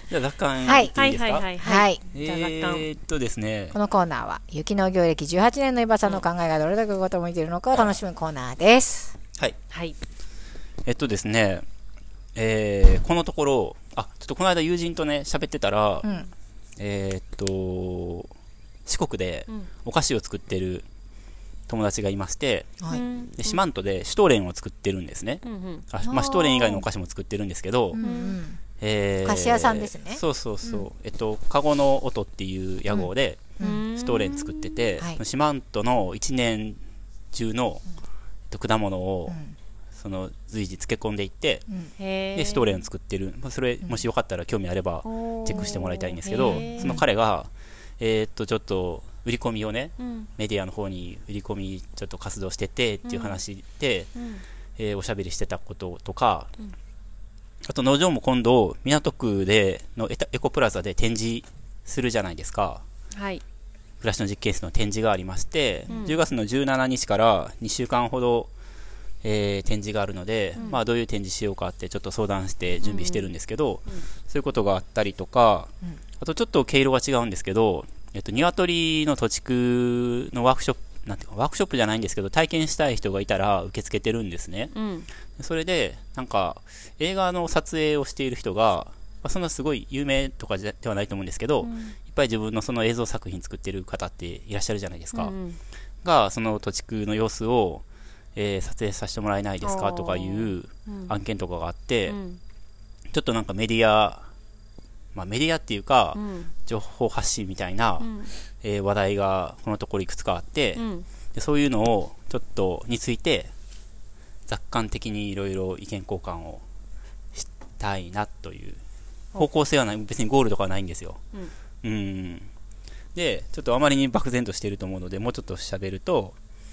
じゃあ雑感言っていいですか？ はい。 ですね。 このコーナーは雪農業歴18年の伊庭さんの考えがどれだけ傾いているのかを楽しむコーナーです。 はい。 はい。 ですね、このところ、ちょっとこの間友人とね、喋ってたら、四国でお菓子を作ってる友達がいまして、で四万十でシュトーレンを作ってるんですね。シュトーレン以外のお菓子も作ってるんですけど、 菓子屋さんですね。 そうそうそう。かごの音っていう屋号で、シュトーレン作ってて、四万十の一年中の、果物を、随時漬け込んでいって、でシュトーレンを作ってる。それもしよかったら興味あればチェックしてもらいたいんですけど、その彼がちょっと売り込みをね、メディアの方に売り込みちょっと活動しててっていう話で、おしゃべりしてたこととか、あと農場も今度港区でのエコプラザで展示するじゃないですか。 はい。 暮らしの実験室の展示がありまして、10月の17日から2週間ほど展示があるので、どういう展示しようかってちょっと相談して準備してるんですけど、そういうことがあったりとか、あとちょっと毛色が違うんですけど、鶏の土地区のワークショップ、なんていうかワークショップじゃないんですけど、体験したい人がいたら受け付けてるんですね。それでなんか映画の撮影をしている人が、そんなすごい有名とかではないと思うんですけど、いっぱい自分のその映像作品作ってる方っていらっしゃるじゃないですか。がその土地区の様子を撮影させてもらえないですかとかいう案件とかがあって、ちょっとなんかメディアっていうか、情報発信みたいな、話題がこのところいくつかあって、でそういうのをちょっとについて雑感的にいろいろ意見交換をしたいなという方向性はない、別にゴールとかはないんですよ。でちょっとあまりに漠然としていると思うので、もうちょっと喋ると、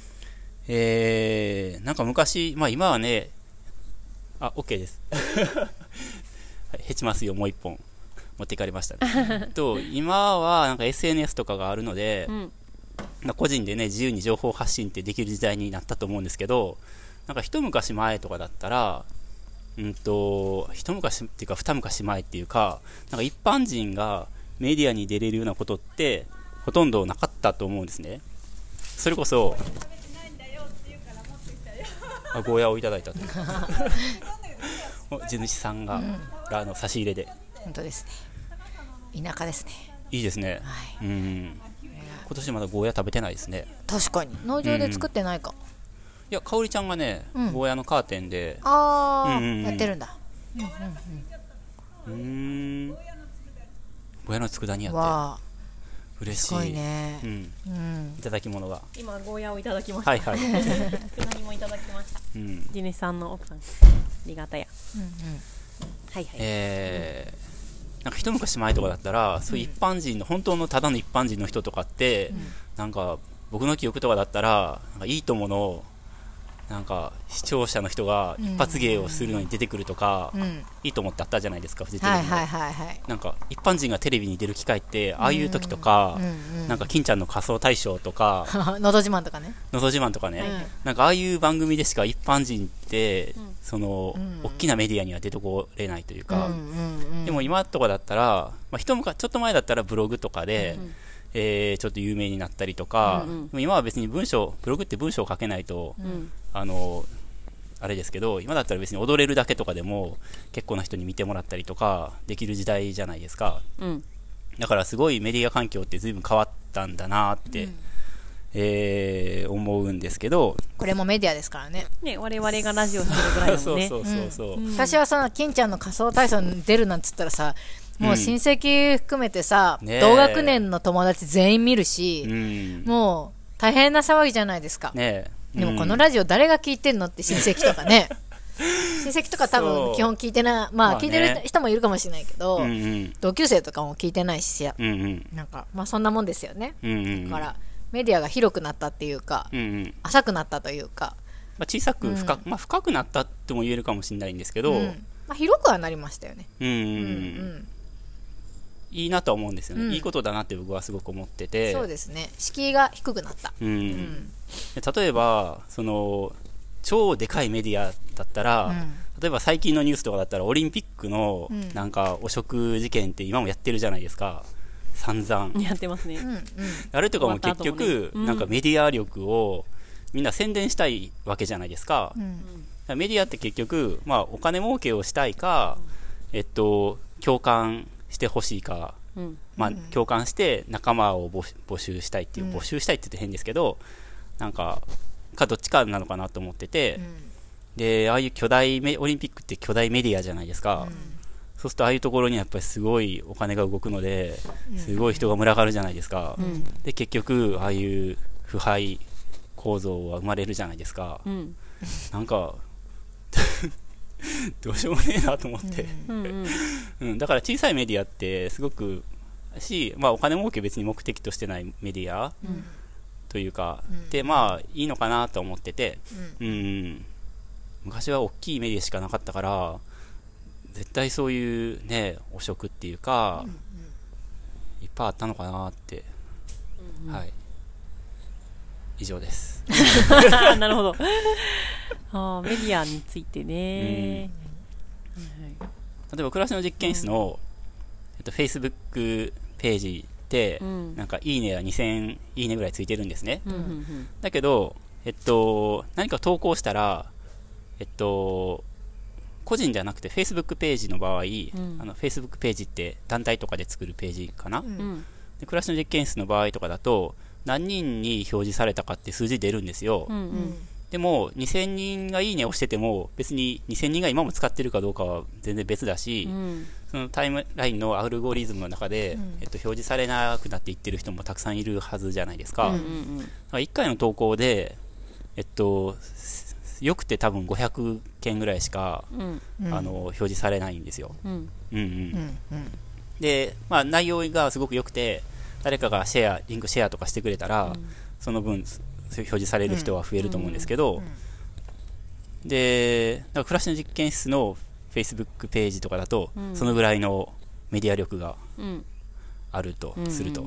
なんか昔、今はね、OK です。へちますよ、もう一本。持っていかれましたね。今はなんか SNS とかがあるので、個人でね、自由に情報発信ってできる時代になったと思うんですけど、なんか一昔前とかだったら、一昔っていうか二昔前っていうか、なんか一般人がメディアに出れるようなことってほとんどなかったと思うんですね。それこそ、ゴーヤをいただいたという地主さんが、差し入れで。 本当ですね。田舎ですね。 いいですね。今年まだゴーヤ食べてないですね。 確かに農場で作ってないか。 いや、かおりちゃんがね、ゴーヤのカーテンでやってるんだ。 ゴーヤの佃煮やって嬉しい。 すごいね。 いただき物が今ゴーヤをいただきました。佃煮もいただきました。地主さんの奥さんありがたや。 なんか一昔前とかだったら、そういう一般人の、本当のただの一般人の人とかって、なんか僕の記憶とかだったら、なんかいいとものなんか視聴者の人が一発芸をするのに出てくるとか、いいと思ってあったじゃないですか、フジテレビで。なんか一般人がテレビに出る機会って、ああいう時とか、なんか金ちゃんの仮装大賞とか、 のど自慢とかね、 なんかああいう番組でしか一般人ってその大きなメディアには出てこれないというか、でも今とかだったら、ちょっと前だったらブログとかで、ちょっと有名になったりとか、でも今は別にブログって文章を書けないと、あれですけど、今だったら別に踊れるだけとかでも結構な人に見てもらったりとかできる時代じゃないですか。だからすごいメディア環境って随分変わったんだなって、思うんですけど、 これもメディアですからね。 我々がラジオしてるぐらいのね。 私はその金ちゃんの仮装大賞に出るなんつったらさ、もう親戚含めてさ、同学年の友達全員見るし、もう大変な騒ぎじゃないですか。でもこのラジオ誰が聞いてんのって親戚とかね。親戚とか多分基本聞いてない、聞いてる人もいるかもしれないけど、同級生とかも聞いてないし、なんかそんなもんですよね。だからメディアが広くなったっていうか、浅くなったというか、 小さく深くなったっても言えるかもしれないんですけど、 広くはなりましたよね。 いいなと思うんですよね。いいことだなって僕はすごく思ってて。 そうですね。敷居が低くなった。 例えばその超でかいメディアだったら、 例えば最近のニュースとかだったらオリンピックのなんか汚職事件って今もやってるじゃないですか、散々 やってますね。 あれとかも結局なんかメディア力をみんな宣伝したいわけじゃないですか、メディアって結局、まあ、お金儲けをしたいか、共感してほしいか、まあ、共感して仲間を募集したいっていう、募集したいって言って変ですけど、なんかどっちかなのかなと思ってて、でああいうオリンピックって巨大メディアじゃないですか、そうするとああいうところにやっぱりすごいお金が動くので、すごい人が群がるじゃないですか、で結局ああいう腐敗構造は生まれるじゃないですか、なんかどうしようもねえなと思って、だから小さいメディアってすごくまあ、お金儲け別に目的としてないメディア、というか、でまあいいのかなと思ってて、昔は大きいメディアしかなかったから絶対そういうね汚職っていうか、いっぱいあったのかなって、はい、以上です。 なるほど。メディアについてね、 例えば暮らしの実験室の、Facebook ページって、なんかいいねが2000いいねぐらいついてるんですね、だけど、何か投稿したら、個人じゃなくて Facebook ページの場合、Facebook ページって団体とかで作るページかな、で暮らしの実験室の場合とかだと何人に表示されたかって数字出るんですよ、でも2000人がいいねをしてても別に2000人が今も使ってるかどうかは全然別だし、そのタイムラインのアルゴリズムの中で、表示されなくなっていってる人もたくさんいるはずじゃないですか、1回の投稿でよくて多分500件ぐらいしか、表示されないんですよ、で、まあ、内容がすごく良くて誰かがリンクシェアとかしてくれたら、その分表示される人は増えると思うんですけど、でだから暮らしの実験室の Facebook ページとかだと、そのぐらいのメディア力があるとすると、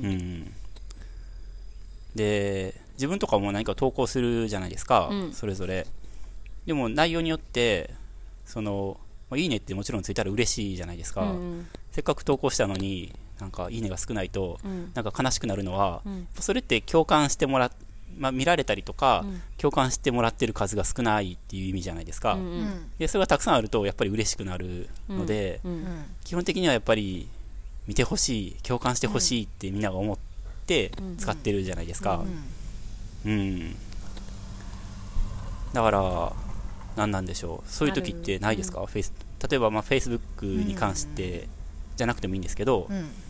で自分とかも何か投稿するじゃないですか、それぞれ。でも内容によっていいねってもちろんついたら嬉しいじゃないですか、せっかく投稿したのになんかいいねが少ないと、なんか悲しくなるのは、それって共感してもらって、見られたりとか、共感してもらってる数が少ないっていう意味じゃないですか、でそれがたくさんあるとやっぱり嬉しくなるので、基本的にはやっぱり見てほしい、共感してほしいってみんなが思って使ってるじゃないですか、だから何なんでしょう、そういう時ってないですか、例えばFacebook に関してじゃなくてもいいんですけど、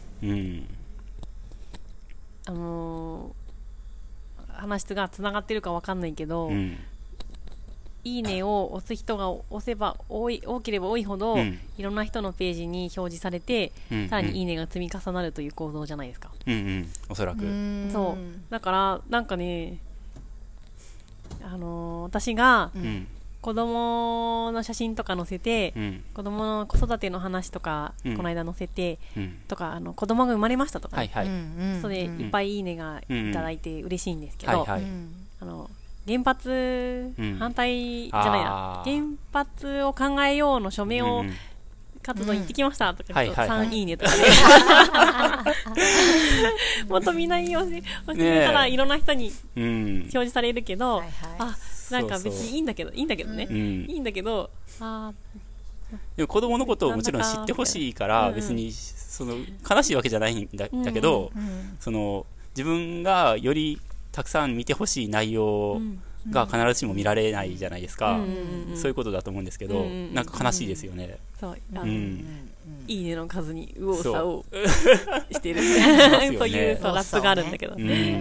話がつながってるかわかんないけど、いいねを押す人が押せば多ければ多いほど、いろんな人のページに表示されて、さらにいいねが積み重なるという構造じゃないですか。 おそらくそうだからなんかね、私が、子供の写真とか載せて、子供の子育ての話とか、この間載せて、とか子供が生まれましたとか、それいっぱいいいねがいただいて嬉しいんですけど、原発反対じゃないな、原発を考えようの署名を活動行ってきましたとか3いいねとかでもっとみんなに押してくれたらいろんな人に表示されるけど、なんか別にいいんだけどね、いいんだけど、 でも子供のことをもちろん知ってほしいから、別に悲しいわけじゃないんだけど、自分がよりたくさん見てほしい内容が必ずしも見られないじゃないですか、そういうことだと思うんですけど、なんか悲しいですよね。いいねの数に右往左往してるそういうラップがあるんだけど、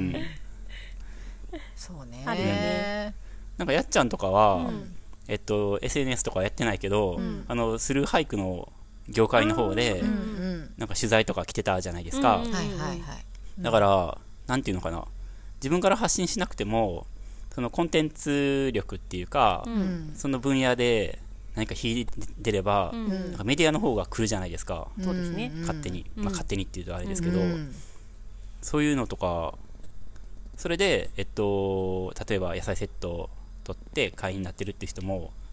そうね、 あるよね。 なんかやっちゃんとかは、SNS とかやってないけど、スルー俳句の業界の方で、なんか取材とか来てたじゃないですか。だからなんていうのかな、自分から発信しなくてもそのコンテンツ力っていうか、その分野で何か秀でれば、なんかメディアの方が来るじゃないですか。 そうですね、 勝手に、勝手にっていうとあれですけど、そういうのとか、それで例えば野菜セット取って会員になってるって人も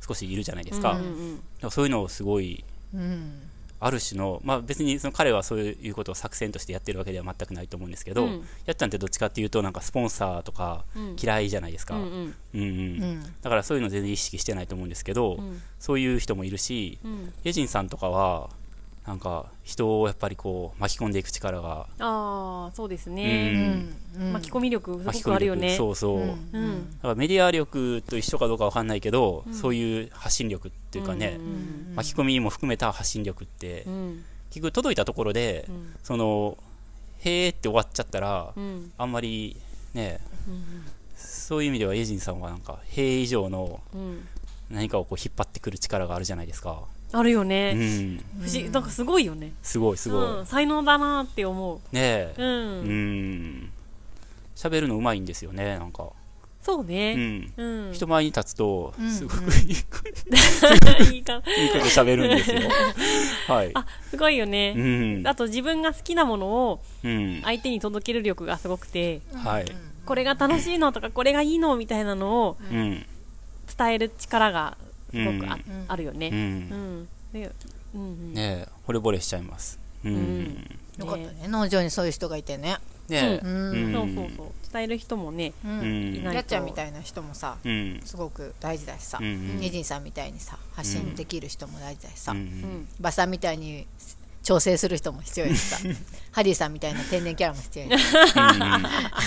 少しいるじゃないですか。だからそういうのをすごい、ある種の、まあ別にその彼はそういうことを作戦としてやってるわけでは全くないと思うんですけど、やっちゃんってどっちかっていうとなんかスポンサーとか嫌いじゃないですか。だからそういうの全然意識してないと思うんですけど、そういう人もいるし、イェジンさんとかはなんか人をやっぱりこう巻き込んでいく力が、 そうですね、巻き込み力すごくあるよね。 そうそう、だからメディア力と一緒かどうかわかんないけど、そういう発信力っていうかね、巻き込みも含めた発信力って、結局届いたところで、そのへーって終わっちゃったら、あんまりね、そういう意味ではイェジンさんはなんかへー以上の何かをこう引っ張ってくる力があるじゃないですか。 あるよね、なんかすごいよね。 すごいすごい、 才能だなって思うねえ。喋るのうまいんですよね、なんか。 そうね、 人前に立つとすごくいいこと喋るんですよ。はい。 すごいよね。あと自分が好きなものを相手に届ける力がすごくて、これが楽しいのとかこれがいいのみたいなのを伝える力がすごくあるよね。ねえ、惚れ惚れしちゃいます。 よかったね、農場にそういう人がいてね。 そう伝える人もね、いないと。 やっちゃんみたいな人もさ、すごく大事だしさ、イェジンさんみたいにさ発信できる人も大事だしさ、バサみたいに調整する人も必要やしさ、ハディさんみたいな天然キャラも必要やしさ、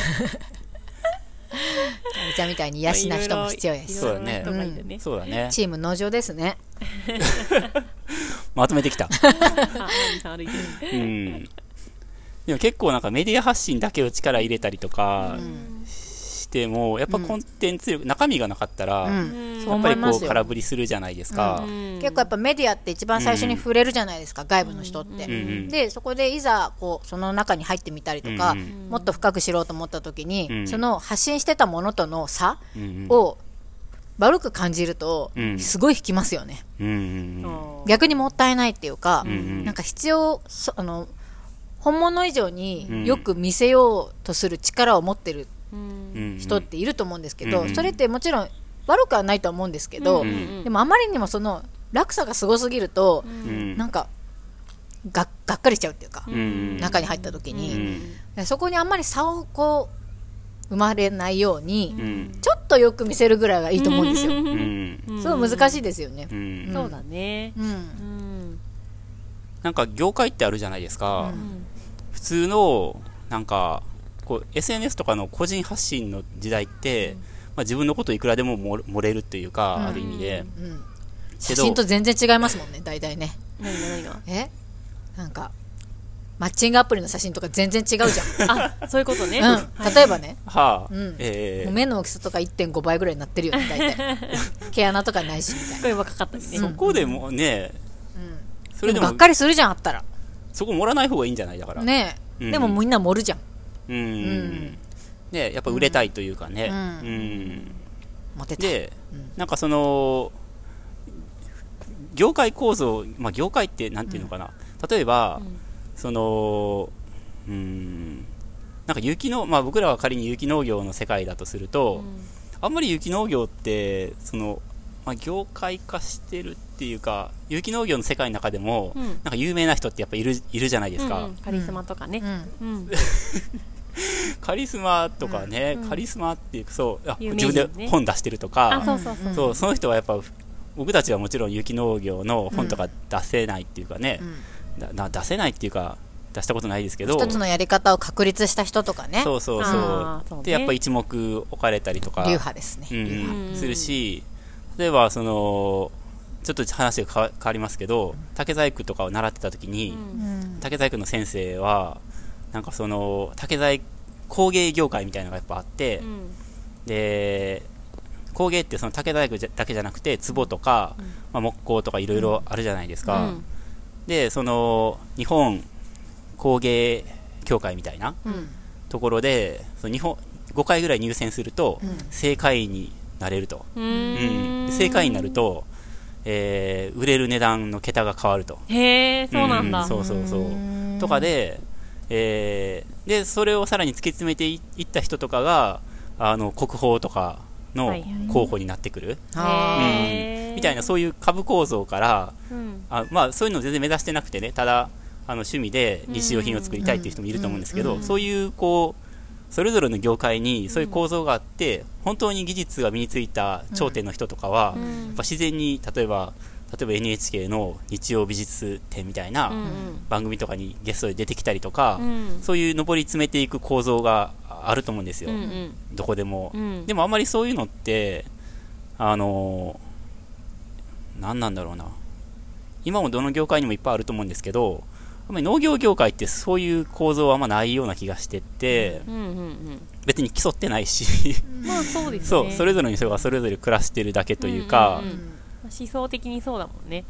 みちゃんみたいに癒しな人も必要やし。 そうだね。そうだね。 チーム農場ですね。 まとめてきた。でも結構なんかメディア発信だけを力入れたりとかしても、やっぱコンテンツ力、中身がなかったら、やっぱりこう空振りするじゃないですか。 結構やっぱメディアって一番最初に触れるじゃないですか、外部の人って。で、そこでいざこうその中に入ってみたりとか、もっと深く知ろうと思った時に、その発信してたものとの差を悪く感じると、すごい引きますよね。逆にもったいないっていうか、なんか必要、本物以上によく見せようとする力を持ってる人っていると思うんですけど、それってもちろん悪くはないと思うんですけど、でもあまりにもその落差がすごすぎると、なんかがっかりしちゃうっていうか、中に入った時に、そこにあんまり差をこう生まれないように、ちょっとよく見せるぐらいがいいと思うんですよ。すごい難しいですよね。 そうだね。 なんか業界ってあるじゃないですか。普通のなんかこう SNS とかの個人発信の時代って、自分のこといくらでも漏れるっていうか、ある意味で、 写真と全然違いますもんね、大体ね。 何がなんかマッチングアプリの写真とか全然違うじゃん。そういうことね。 例えばね、目の大きさとか 1.5 倍ぐらいになってるよね、大体。毛穴とかないしみたいな。 声若かったりね。 そこでもね、 それでもがっかりするじゃん、あったら。 そこ盛らない方がいいんじゃないだから。 ねえ、でもみんな盛るじゃん。 ね、やっぱ売れたいというかね。 モテたい。 で、なんかその業界構造、業界ってなんていうのかな。例えばそのなんか有機農、僕らは仮に有機農業の世界だとすると、あんまり有機農業ってその業界化してるっていうか、有機農業の世界の中でも、なんか有名な人ってやっぱいるじゃないですか。 カリスマとかね。 カリスマとかね、カリスマっていう自分で本出してるとか、その人はやっぱ僕たちはもちろん有機農業の本とか出せないっていうかね、出せないっていうか出したことないですけど、 一つのやり方を確立した人とかね。 でやっぱ一目置かれたりとか、 流派ですね。 するし。例えばそのちょっと話が変わりますけど、竹細工とかを習ってた時に、竹細工の先生はなんかその竹細工芸業界みたいなのがやっぱあって、で工芸ってその竹細工だけじゃなくて壺とか、木工とかいろいろあるじゃないですか。でその日本工芸協会みたいなところで、その5回ぐらい入選すると正会員になれると。正会員になると、売れる値段の桁が変わると。 へえ、そうなんだ。 とかで、でそれをさらに突き詰めていった人とかが国宝とかの候補になってくる。 みたいな、そういう株構造から、まあそういうの全然目指してなくてね、ただ趣味で日用品を作りたいっていう人もいると思うんですけど、そういうこうそれぞれの業界にそういう構造があって、本当に技術が身についた頂点の人とかは、やっぱ自然に例えば NHK の日曜美術展みたいな番組とかにゲストで出てきたりとか、そういう上り詰めていく構造があると思うんですよ、どこでも、でもあんまりそういうのって何なんだろうな、今もどの業界にもいっぱいあると思うんですけど、あんまり農業業界ってそういう構造はあんまないような気がしてて、別に競ってないしまあそうですね、 そう、それぞれの人がそれぞれ暮らしてるだけというか、 思想的にそうだもんね。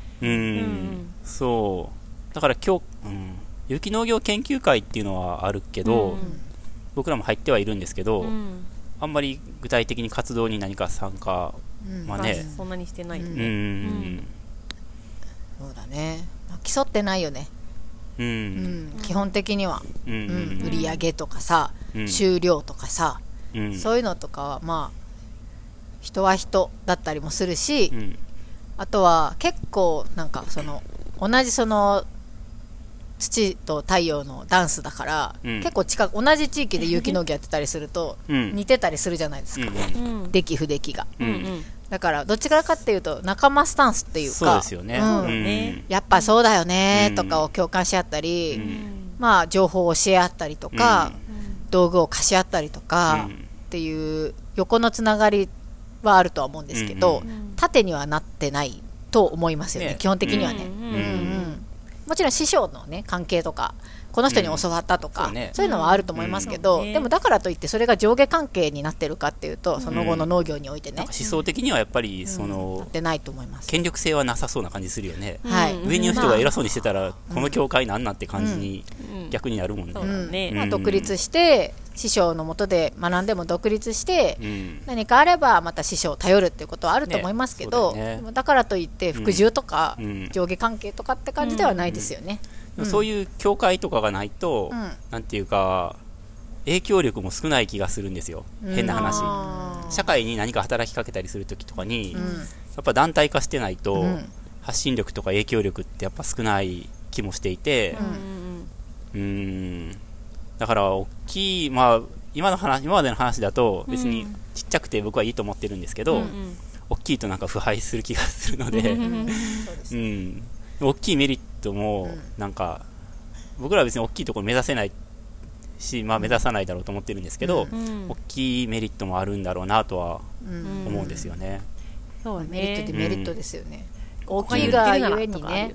そうだから今日、有機農業研究会っていうのはあるけど、僕らも入ってはいるんですけど、あんまり具体的に活動に何か参加はね、 そんなにしてないよね。そうだね、競ってないよね。基本的には、売り上げとかさ、収量とかさ、そういうのとかはまあ人は人だったりもするし、あとは結構なんか同じ土と太陽のダンスだから、結構同じ地域で有機農業やってたりすると、似てたりするじゃないですか、出来不出来が、だからどっちからかっていうと仲間スタンスっていうか、 そうですよね、 やっぱそうだよねとかを共感し合ったり、まあ情報を教え合ったりとか、道具を貸し合ったりとかっていう横のつながりはあるとは思うんですけど、縦にはなってないと思いますよね、基本的にはね。もちろん師匠のね関係とか、この人に教わったとか、そういうのはあると思いますけど、でもだからといってそれが上下関係になってるかっていうと、その後の農業においてね、 思想的にはやっぱりなってないと思います。 権力性はなさそうな感じするよね。上の人が偉そうにしてたら、この教会なんなんって感じに逆になるもんね。 独立して師匠の下で学んでも独立して、何かあればまた師匠を頼るっていうことはあると思いますけど、だからといって服従とか上下関係とかって感じではないですよね。 そういう教会とかがないと、なんていうか影響力も少ない気がするんですよ、変な話。社会に何か働きかけたりするときとかに、やっぱ団体化してないと、発信力とか影響力ってやっぱ少ない気もしていて、だから大きい、まあ今までの話だと別にちっちゃくて僕はいいと思ってるんですけど、大きいとなんか腐敗する気がするので、大きいメリットもなんか僕らは別に大きいところ目指せないし、まあ目指さないだろうと思ってるんですけど、大きいメリットもあるんだろうなとは思うんですよね。 そうね、 メリットでメリットですよね。大きいがゆえにね。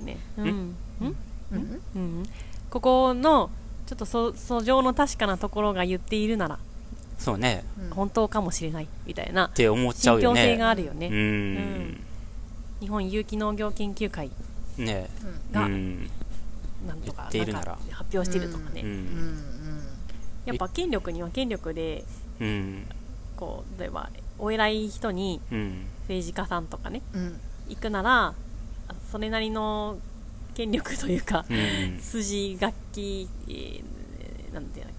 ここのちょっと訴状の確かなところが言っているなら、 そうね、 本当かもしれないみたいなって思っちゃうよね。 信憑性があるよね。日本有機農業研究会がなんとか発表してるとかね。やっぱ権力には権力で、こう例えばお偉い人に政治家さんとかね、行くならそれなりの権力というか、筋書き、なんていうんだっ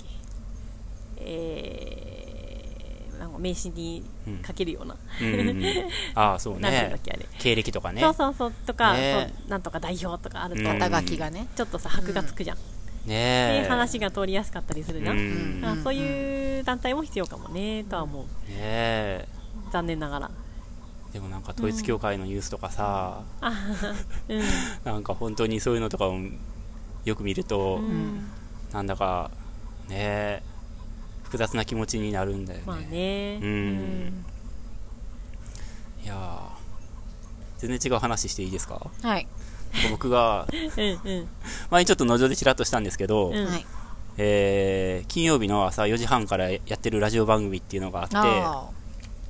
け、なんか名刺に書けるような、 ああそうね、経歴とかね、 そうとか、なんとか代表とかあると、 肩書きがね、 ちょっとさ箔がつくじゃん。で話が通りやすかったりするじゃん。そういう団体も必要かもねとは思う。残念ながら。 でもなんか統一教会のニュースとかさ、なんか本当にそういうのとかをよく見ると、なんだかね複雑な気持ちになるんだよね。 まあね。 いや全然違う話していいですか？ はい。 僕が前にちょっと農場でちらっとしたんですけど、金曜日の朝4時半からやってるラジオ番組っていうのがあって、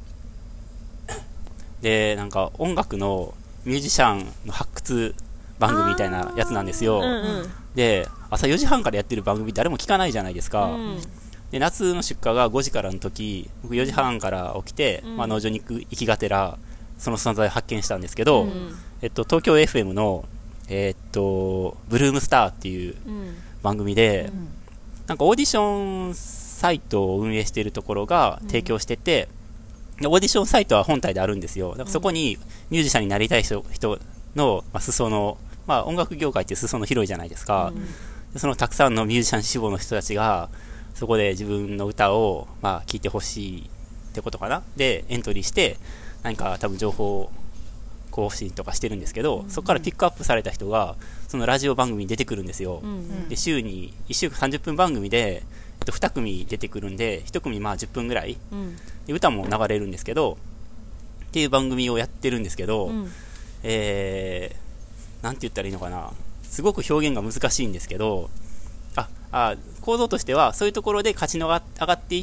でなんか音楽のミュージシャンの発掘番組みたいなやつなんですよ。で朝4時半からやってる番組誰も聞かないじゃないですか。で夏の出荷が5時からの時、僕4時半から起きて、農場に行きがてらその存在を発見したんですけど、東京 FM のブルームスターっていう番組で、なんかオーディションサイトを運営しているところが提供してて、 でオーディションサイトは本体であるんですよ。だからそこにミュージシャンになりたい人の、裾野、音楽業界って裾野広いじゃないですか。でそのたくさんのミュージシャン志望の人たちが、そこで自分の歌を、聴いてほしいってことかな。で、エントリーして、何か多分情報更新とかしてるんですけど、そこからピックアップされた人が、そのラジオ番組に出てくるんですよ。で、週に、1週間30分番組で、2組出てくるんで、1組10分ぐらい、で歌も流れるんですけど、っていう番組をやってるんですけど、なんて言ったらいいのかな、すごく表現が難しいんですけど、構造としてはそういうところで勝ちの上がっていって、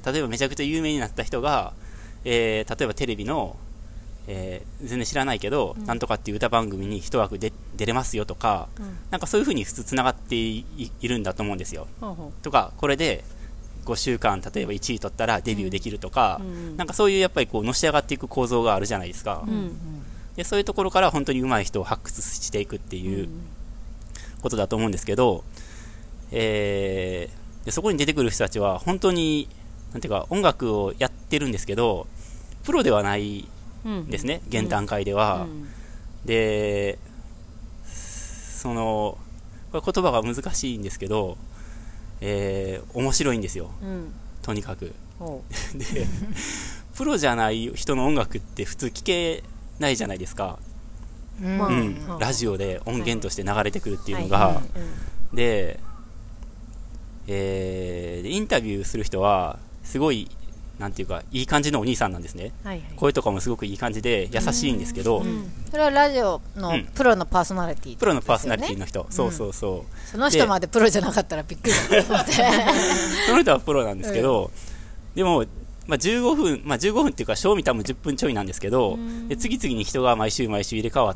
例えばめちゃくちゃ有名になった人が、例えばテレビの、全然知らないけど、なんとかっていう歌番組に一枠で出れますよとか、なんかそういう風に普通つながって いるんだと思うんですよ。とか、これで5週間例えば1位取ったらデビューできるとか、なんかそういうやっぱりこうのし上がっていく構造があるじゃないですか。でそういうところから本当に上手い人を発掘していくっていうことだと思うんですけど、でそこに出てくる人たちは本当になんていうか音楽をやってるんですけど、プロではないですね、現段階では。でこれ言葉が難しいんですけど、面白いんですよ、とにかく。でプロじゃない人の音楽って普通聴けないじゃないですか、ラジオで音源として流れてくるっていうのが。でインタビューする人はすごいなんていうかいい感じのお兄さんなんですね、声とかもすごくいい感じで優しいんですけど、 それはラジオのプロのパーソナリティ、 プロのパーソナリティの人、そうそうそう、 その人までプロじゃなかったらびっくりだと思ってその人はプロなんですけど、でも15分、15分っていうか、賞味多分10分ちょいなんですけど、で次々に人が毎週入れ替わって、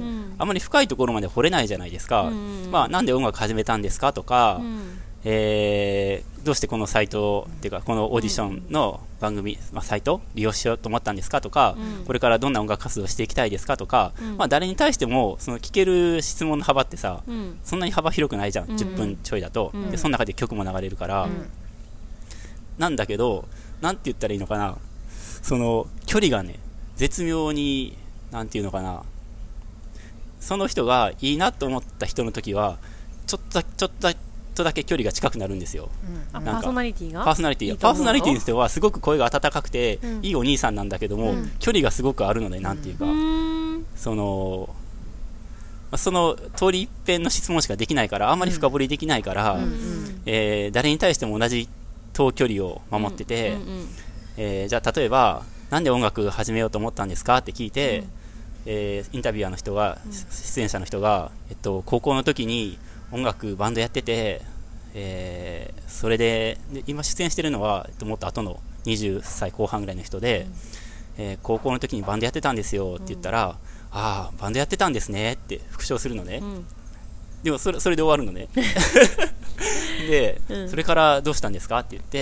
あまり深いところまで掘れないじゃないですか。なんで音楽始めたんですかとか、どうしてこのサイトっていうか、このオーディションの番組、サイト利用しようと思ったんですかとか、これからどんな音楽活動していきたいですかとか、誰に対してもその聞ける質問の幅ってさ、そんなに幅広くないじゃん、10分ちょいだと。でその中で曲も流れるから、なんだけど、なんて言ったらいいのかな、その距離がね、絶妙に、なんていうのかな、その人がいいなと思った人の時は、ちょっとだけ距離が近くなるんですよ。 パーソナリティがパーソナリティの人はすごく声が温かくて、いいお兄さんなんだけども、距離がすごくあるので、なんていうか、その通り一遍の質問しかできないから、あんまり深掘りできないから、誰に対しても同じ等距離を守ってて、じゃあ例えばなんで音楽始めようと思ったんですかって聞いて、インタビュアーの人が、出演者の人が、高校の時に音楽バンドやってて、それで今出演してるのは、もっと後の20歳後半ぐらいの人で、高校の時にバンドやってたんですよって言ったら、ああバンドやってたんですねって復唱するのね、でもそれで終わるのねで、それからどうしたんですかって言って、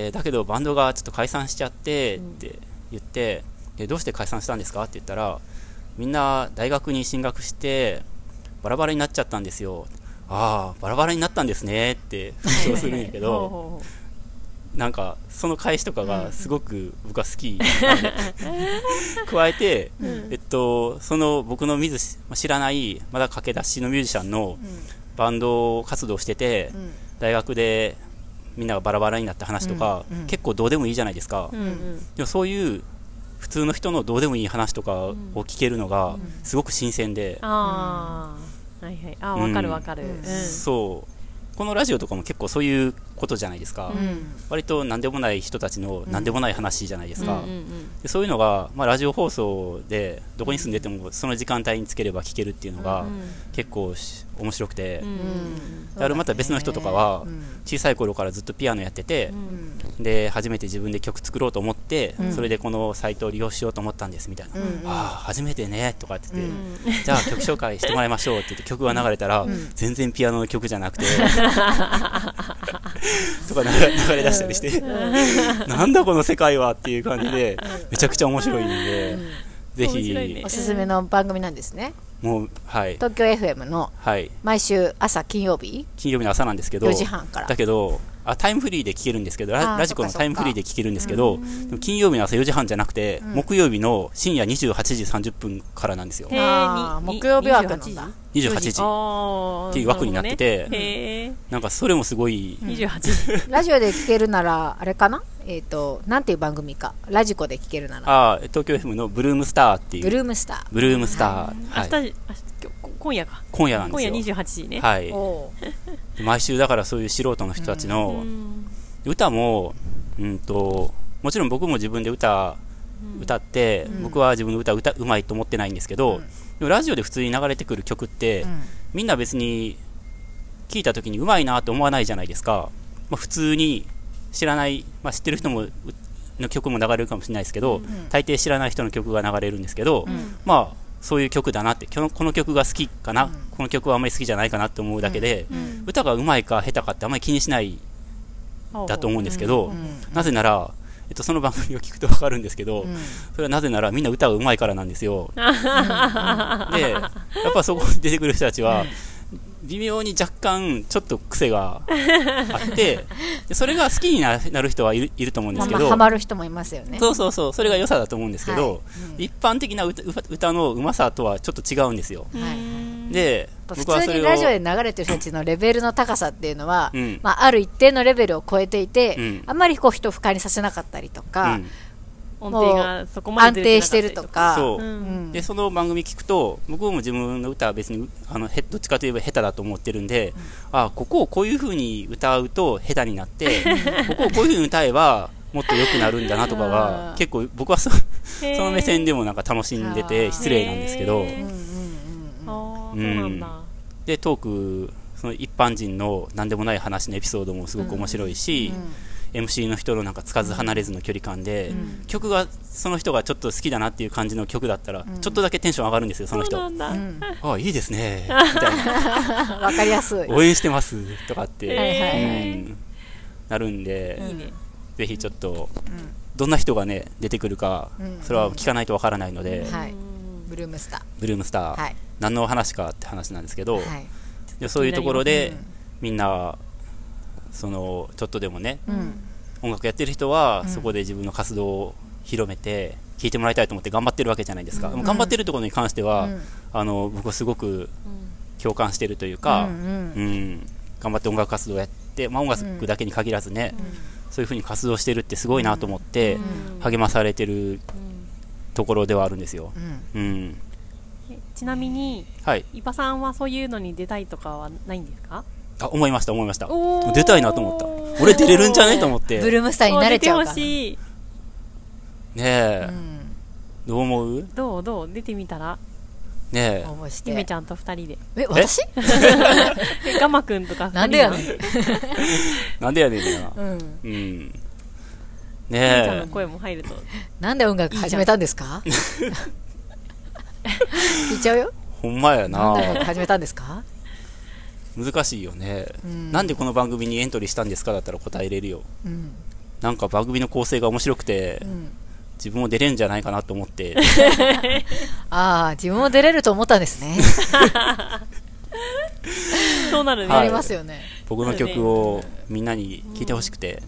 だけどバンドがちょっと解散しちゃってって言って、どうして解散したんですかって言ったら、みんな大学に進学してバラバラになっちゃったんですよ。ああバラバラになったんですねって復唱するんやけどなんかその返しとかがすごく僕は好き加えて、その僕の知らないまだ駆け出しのミュージシャンのバンド活動してて、大学でみんながバラバラになった話とか、結構どうでもいいじゃないですか、でもそういう普通の人のどうでもいい話とかを聞けるのがすごく新鮮で、 わかるわかる、 そうこのラジオとかも結構そういうことじゃないですか、割と何でもない人たちの何でもない話じゃないですか、でそういうのが、ラジオ放送でどこに住んでてもその時間帯につければ聞けるっていうのが結構面白くて、でまた別の人とかは小さい頃からずっとピアノやってて、で初めて自分で曲作ろうと思って、それでこのサイトを利用しようと思ったんですみたいな、初めてねとかって言って、じゃあ曲紹介してもらいましょうって言って曲が流れたら、全然ピアノの曲じゃなくてとか流れ出したりして、なんだこの世界はっていう感じでめちゃくちゃ面白いんで、ぜひおすすめの番組なんですね。 もう東京 FM の毎週朝金曜日の朝なんですけど、 4時半からだけどタイムフリーで聞けるんですけど、ラジコのタイムフリーで聞けるんですけど、でも金曜日の朝4時半じゃなくて、木曜日の深夜28時30分からなんですよ。 木曜日枠なんだ。 28時っていう枠になってて、なんかそれもすごい。 28時。 ラジオで聞けるなら、あれかな、なんていう番組か。ラジコで聞けるなら。 東京 FM のブルームスターっていう。 ブルームスター。 ブルームスター。 今夜か。 今夜なんですよ。 今夜28時ね。 はい。毎週だからそういう素人の人たちの歌も、もちろん僕も自分で歌って、僕は自分の歌うまいと思ってないんですけど、でもラジオで普通に流れてくる曲って、みんな別に聴いた時にうまいなと思わないじゃないですか。普通に知らない、知ってる人もの曲も流れるかもしれないですけど、大抵知らない人の曲が流れるんですけど、そういう曲だなって、この曲が好きかな、この曲はあんまり好きじゃないかなって思うだけで、歌がうまいか下手かってあんまり気にしないだと思うんですけど、なぜなら、その番組を聞くと分かるんですけど、それはなぜならみんな歌がうまいからなんですよ。で、やっぱそこに出てくる人たちは微妙に若干ちょっと癖があってでそれが好きになる人はいると思うんですけど、 ハマる人もいますよね。 そうそれが良さだと思うんですけど、一般的な歌のうまさとはちょっと違うんですよ。で、 普通にラジオで流れてる人たちのレベルの高さっていうのは、ある一定のレベルを超えていて、あんまり人を不快にさせなかったりとか、 音程がそこまで安定してるとか。 でその番組聞くと、僕も自分の歌は別にどっちかといえば下手だと思ってるんで、ここをこういう風に歌うと下手になってここをこういう風に歌えばもっと良くなるんだなとかが結構僕はその目線でもなんか楽しんでて失礼なんですけど、でトーク、その一般人の何でもない話のエピソードもすごく面白いし、MC の人のなんかつかず離れずの距離感で、曲がその人がちょっと好きだなっていう感じの曲だったら、ちょっとだけテンション上がるんですよ、その人。いいですねみたいな。 わかりやすい。 応援してますとかってなるんで、ぜひちょっとどんな人がね出てくるか、それは聞かないとわからないので、 ブルームスター、何の話かって話なんですけど、でそういうところでみんなちょっとでもね、音楽やってる人はそこで自分の活動を広めて聴いてもらいたいと思って頑張ってるわけじゃないですか。頑張ってるところに関しては、僕はすごく共感してるというか、頑張って音楽活動をやって、音楽だけに限らずね、そういう風に活動してるってすごいなと思って励まされてるところではあるんですよ。 ちなみに、伊庭さんはそういうのに出たいとかはないんですか？ 思いました。出たいなと思った。俺出れるんじゃねと思って。 ブルームスターに慣れちゃうかな。 ねえ、どう思う？ どう出てみたらねえ、 ゆめちゃんと2人で。 私？ ガマくんとか。 なんでやねん。 なんでやねんみたいな。ねえ。 ゆめちゃんの声も入ると。 なんで音楽始めたんですか？聞いちゃうよ。 ほんまやな。 なんで音楽始めたんですか？ 難しいよね。なんでこの番組にエントリーしたんですかだったら答えれるよ。なんか番組の構成が面白くて、自分も出れるんじゃないかなと思って。 自分も出れると思ったんですね。 そうなるね。 ありますよね。 僕の曲をみんなに聴いてほしくて。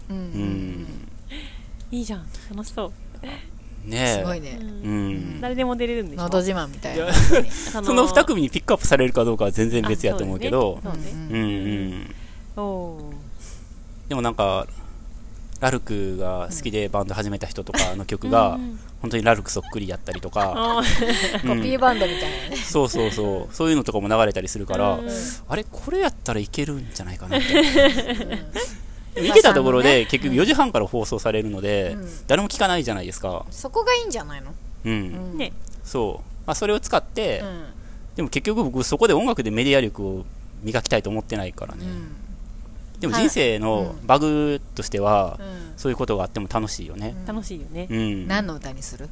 いいじゃん、楽しそう。 すごいね。 誰でも出れるんでしょ。 のど自慢みたいな。 その2組にピックアップされるかどうかは全然別やと思うけど、でもなんかラルクが好きでバンド始めた人とかの曲が本当にラルクそっくりやったりとか、 コピーバンドみたいなね。 そういうのとかも流れたりするから、あれこれやったらいけるんじゃないかなって。いけたところで結局4時半から放送されるので、誰も聞かないじゃないですか。 そこがいいんじゃないの？ そう、それを使って、でも結局僕そこで音楽でメディア力を磨きたいと思ってないからね。でも人生のバグとしては、そういうことがあっても楽しいよね。 楽しいよね。 何の歌にする？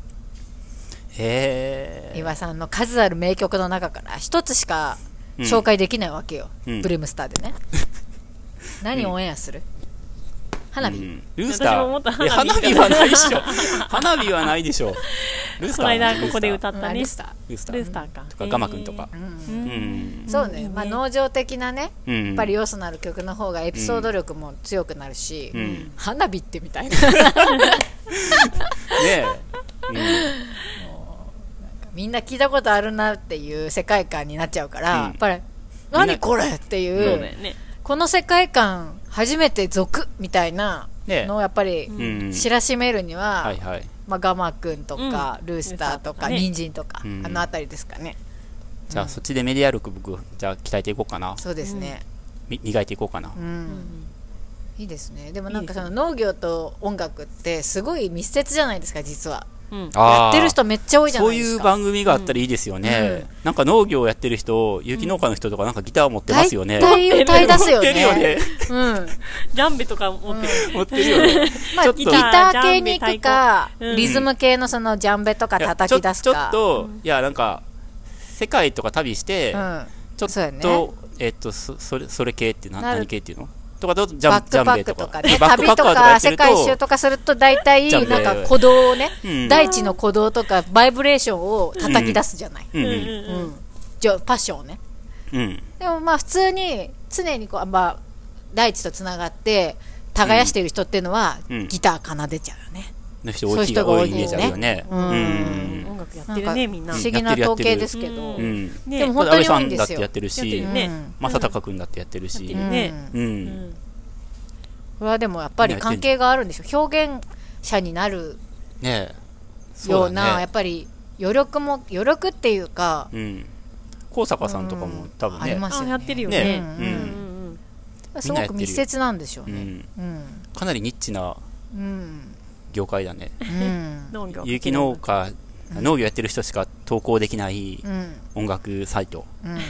伊庭さんの数ある名曲の中から一つしか紹介できないわけよ。ブルームスターでね。何をオンエアする？ 花火、 ルースター、花火はないでしょ。花火はないでしょ。ルースター、 この間ここで歌ったね、 ルースターかとかガマくんとか、 そうね、まあ農場的なね、やっぱり要素のある曲の方がエピソード力も強くなるし、花火ってみたいなねみんな聞いたことあるなっていう世界観になっちゃうから、やっぱり何これっていう、この世界観初めて族みたいなのをやっぱり知らしめるには、まあ、ガマくんとか、ルースターとか、人参とか、あのあたりですかね。 じゃあそっちでメディア力僕じゃあ鍛えていこうかな。 そうですね、 磨いていこうかな。 いいですね。でもなんかその農業と音楽ってすごい密接じゃないですか、実は。やってる人めっちゃ多いじゃないですか。 そういう番組があったらいいですよね。なんか農業をやってる人、有機農家の人とかなんかギター持ってますよね。 大体歌い出すよね。 ジャンベとか持ってる。 持ってるよね。 まあギター系に行くか、リズム系のそのジャンベとか叩き出すか。 ちょっと、いやなんか世界とか旅して、ちょっとそれ系って何系っていうの？とかとジャンベとかね、旅とか世界一周とかすると大体なんか鼓動をね、大地の鼓動とかバイブレーションを叩き出すじゃない。じゃあパッションをね。でもまあ普通に常にこう、まあ、大地とつながって耕している人っていうのはギター奏でちゃうよね。 そういう人が多いイメージあるよね。 音楽やってるね、みんな。 不思議な統計ですけど、でも本当に多いんですよ。 安倍さんだってやってるし、正隆君だってやってるし、 これはでもやっぱり関係があるんでしょ。表現者になるようなやっぱり余力っていうか、 高坂さんとかも多分ねやってるよね。 すごく密接なんでしょうね。 かなりニッチな業界だね。有機農家、農業やってる人しか投稿できない音楽サイト。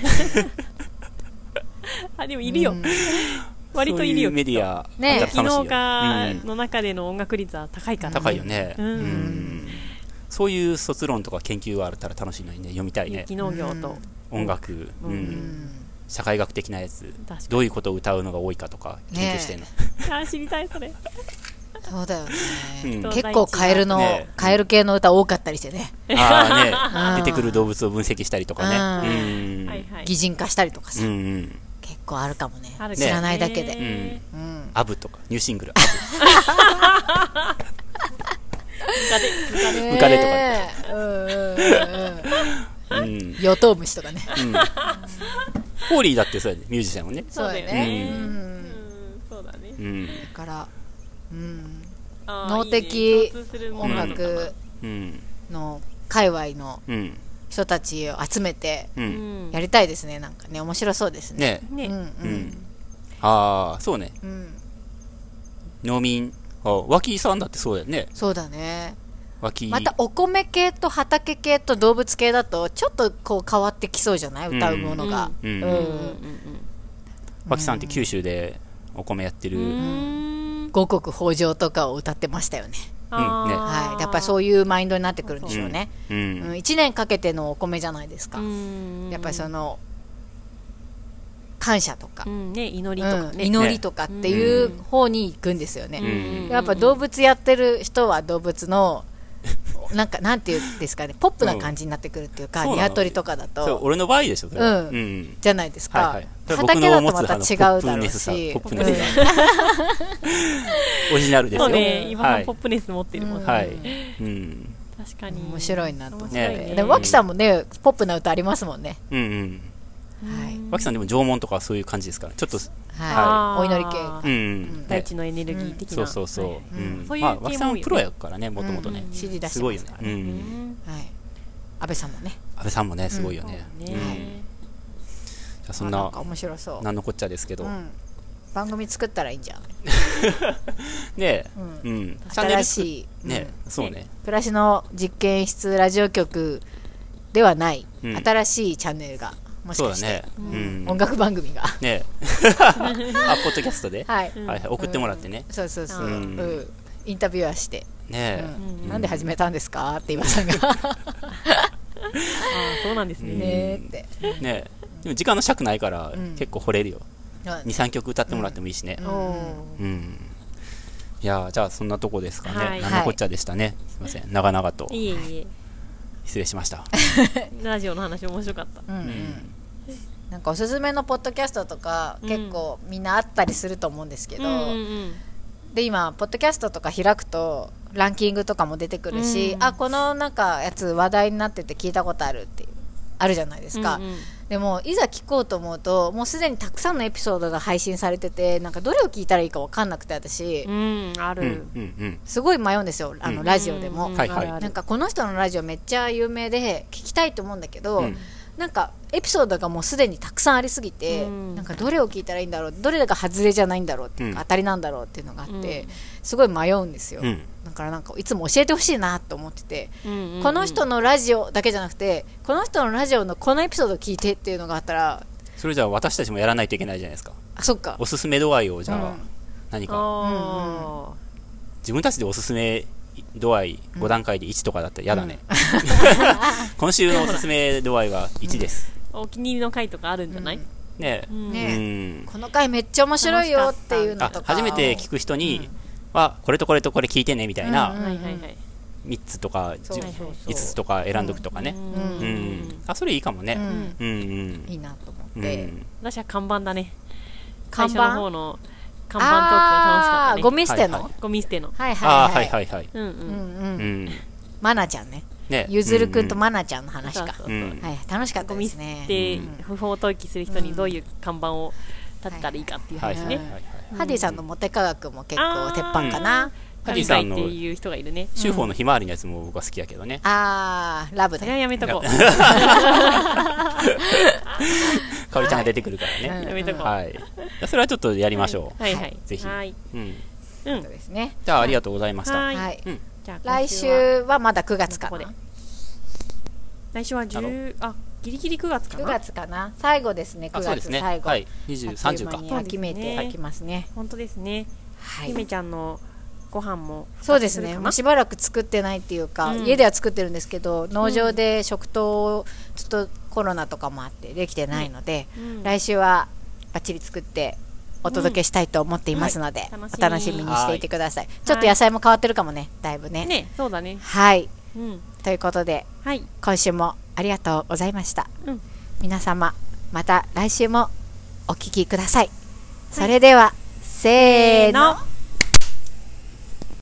あ、でもいるよ。割といるよ。 メディア、 有機農家の中での音楽率は高いからね。 高いよね。そういう卒論とか研究があったら楽しいのにね、読みたいね。 有機農業と音楽、社会学的なやつ、どういうことを歌うのが多いかとか研究してんの。 あ、知りたいそれ。 そうだよね。結構カエル系の歌多かったりしてね。 出てくる動物を分析したりとかね。 擬人化したりとかさ。結構あるかもね。知らないだけで。 アブとかニューシングル。ムカデとか。 ヨトウムシとかね。 ホーリーだってそうやね、ミュージシャンもね。 そうだよね。そうだね。 だから脳的音楽の界隈の人たちを集めてやりたいですね。なんかね、面白そうですね。 ああ、そうね。農民、脇井さんだってそうだよね。 そうだね。またお米系と畑系と動物系だとちょっとこう変わってきそうじゃない？歌うものが。 脇さんって九州でお米やってる五穀豊穣とかを歌ってましたよね。はい、やっぱりそういうマインドになってくるんでしょうね。1年かけてのお米じゃないですか。やっぱりその感謝とか、 祈りとかね、 祈りとかっていう方に行くんですよね。やっぱ動物やってる人は動物のなんていうんですかね、ポップな感じになってくるっていうか、鶏とかだと。 俺の場合でしょ、 じゃないですか。畑だとまた違うだろうし。 ポップネスさ、オリジナルですよ。 そうね、今のポップネス持ってるもんね。確かに面白いなと思って。でも脇さんもね、ポップな歌ありますもんね。 脇さんでも縄文とかそういう感じですからちょっとお祈り系、 大地のエネルギー的な。 そう脇さんはプロやからね、もともとね。すごいよね。 安倍さんもね。 安倍さんもね、すごいよね。じゃあそんな面白そう。 なんのこっちゃですけど、 番組作ったらいいんじゃん。 ね、 新しいね、そうね。 暮らしの実験室ラジオ局ではない新しいチャンネルが。もしかして音楽番組がねポッドキャストで送ってもらってね。 そうインタビュアーしてなんで始めたんですかって今さんがそうなんですねってね。でも時間の尺ないから結構惚れるよ。 2,3 曲歌ってもらってもいいしね。 いやじゃあそんなとこですかね。 はいなんのこっちゃでしたね。すいません、長々といえいえ、 失礼しました。 ラジオの話面白かった。 なんかおすすめのポッドキャストとか、結構みんなあったりすると思うんですけど、で今ポッドキャストとか開くとランキングとかも出てくるし、あ、このなんかやつ話題になってて聞いたことあるっていうあるじゃないですか。でもいざ聞こうと思うともうすでにたくさんのエピソードが配信されてて、なんかどれを聞いたらいいか分かんなくて、私ある、 すごい迷うんですよ、ラジオでも。なんかこの人のラジオめっちゃ有名で聞きたいと思うんだけど、なんかエピソードがもうすでにたくさんありすぎて、なんかどれを聞いたらいいんだろう、どれが外れじゃないんだろうっていうか、当たりなんだろうっていうのがあって、すごい迷うんですよ。だからなんかいつも教えてほしいなと思ってて、この人のラジオだけじゃなくてこの人のラジオのこのエピソードを聞いてっていうのがあったら、 それじゃあ私たちもやらないといけないじゃないですか。 あ、そっか。 おすすめ度合いをじゃあ何か、自分たちでおすすめ度合い5段階で1とかだったら嫌だね。今週のおすすめ度合いは1です。 お気に入りの回とかあるんじゃない？ ねえ、 この回めっちゃ面白いよっていうのとか、 初めて聞く人にはこれとこれとこれ聞いてねみたいな3つとか5つとか選んどくとかね。あ、それいいかもね。 いいなと思って。 私は看板だね。 看板最初の方の看板トークが楽しかったね。 ゴミ捨ての、 ゴミ捨ての、 はいはいはいはい、 マナちゃんね、ゆずるくんとマナちゃんの話か。楽しかったですね。 ゴミ捨て不法投棄する人にどういう看板を立てたらいいかっていう話ね。 ハディさんのモテ科学も結構鉄板かな。 ハディさんのっていう人がいるね。 修法のひまわりのやつも僕は好きやけどね。 あー、ラブね。 それはやめとこう。 かおりちゃんが出てくるからね。 やめとこう。 はい。それはちょっとやりましょう。 はいはい。 ぜひ。 そうですね。 じゃあありがとうございました。 はい。来週はまだ9月かな。 来週はギリギリ9月かな。 9月かな。最後ですね。9月最後。 はい。30か。 秋めいてきますね。 本当ですね。ゆめちゃんのご飯もそうですね。もうしばらく作ってないっていうか、家では作ってるんですけど、農場で食堂をちょっとコロナとかもあってできてないので、来週はバッチリ作ってお届けしたいと思っていますので、お楽しみにしていてください。ちょっと野菜も変わってるかもね、だいぶね。 ね、そうだね。 はい。ということで、今週もありがとうございました。皆様、また来週もお聞きください。それでは、せーの。